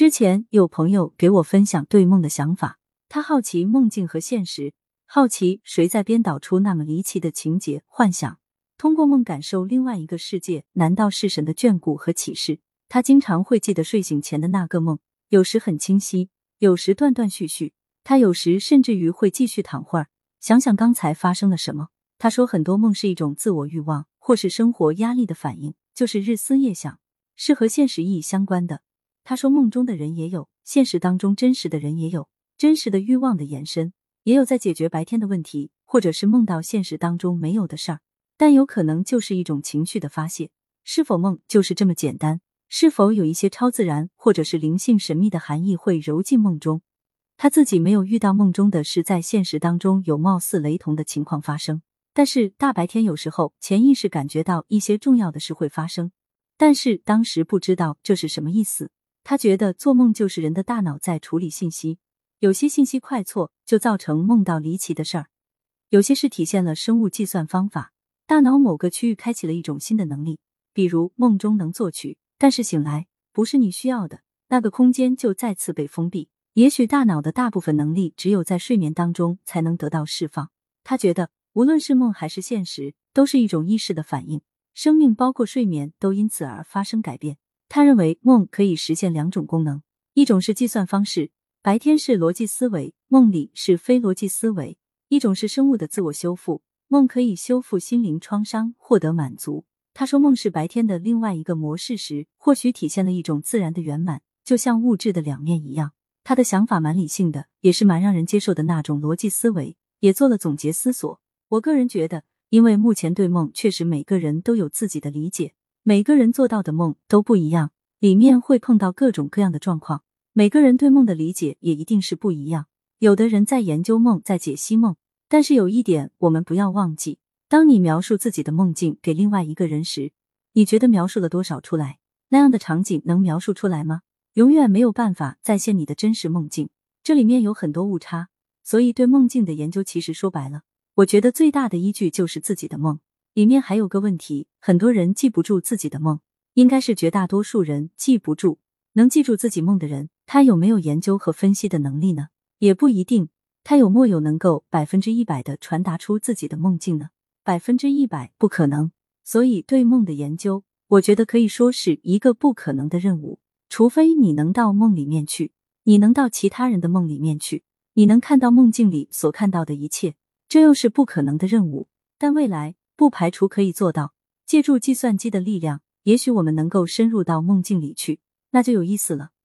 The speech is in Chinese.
之前有朋友给我分享对梦的想法，他好奇梦境和现实，好奇谁在编导出那么离奇的情节幻想，通过梦感受另外一个世界，难道是神的眷顾和启示？他经常会记得睡醒前的那个梦，有时很清晰，有时断断续续，他有时甚至于会继续躺会儿，想想刚才发生了什么。他说很多梦是一种自我欲望或是生活压力的反应，就是日思夜想，是和现实意义相关的。他说梦中的人也有，现实当中真实的人也有，真实的欲望的延伸，也有在解决白天的问题，或者是梦到现实当中没有的事儿，但有可能就是一种情绪的发泄。是否梦就是这么简单？是否有一些超自然或者是灵性神秘的含义会揉进梦中？他自己没有遇到梦中的事在现实当中有貌似雷同的情况发生，但是大白天有时候潜意识感觉到一些重要的事会发生，但是当时不知道这是什么意思。他觉得做梦就是人的大脑在处理信息，有些信息快错就造成梦到离奇的事儿，有些是体现了生物计算方法，大脑某个区域开启了一种新的能力，比如梦中能作曲，但是醒来不是你需要的，那个空间就再次被封闭。也许大脑的大部分能力只有在睡眠当中才能得到释放。他觉得无论是梦还是现实，都是一种意识的反应，生命包括睡眠都因此而发生改变。他认为梦可以实现两种功能，一种是计算方式，白天是逻辑思维，梦里是非逻辑思维；一种是生物的自我修复，梦可以修复心灵创伤，获得满足。他说梦是白天的另外一个模式时，或许体现了一种自然的圆满，就像物质的两面一样。他的想法蛮理性的，也是蛮让人接受的那种逻辑思维，也做了总结思索。我个人觉得，因为目前对梦确实每个人都有自己的理解，每个人做到的梦都不一样，里面会碰到各种各样的状况，每个人对梦的理解也一定是不一样。有的人在研究梦，在解析梦，但是有一点我们不要忘记，当你描述自己的梦境给另外一个人时，你觉得描述了多少出来？那样的场景能描述出来吗？永远没有办法再现你的真实梦境，这里面有很多误差，所以对梦境的研究其实说白了，我觉得最大的依据就是自己的梦。里面还有个问题，很多人记不住自己的梦，应该是绝大多数人记不住。能记住自己梦的人，他有没有研究和分析的能力呢？也不一定。他有没有能够100%的传达出自己的梦境呢？100%不可能。所以对梦的研究，我觉得可以说是一个不可能的任务。除非你能到梦里面去，你能到其他人的梦里面去，你能看到梦境里所看到的一切，这又是不可能的任务。但未来不排除可以做到，借助计算机的力量，也许我们能够深入到梦境里去，那就有意思了。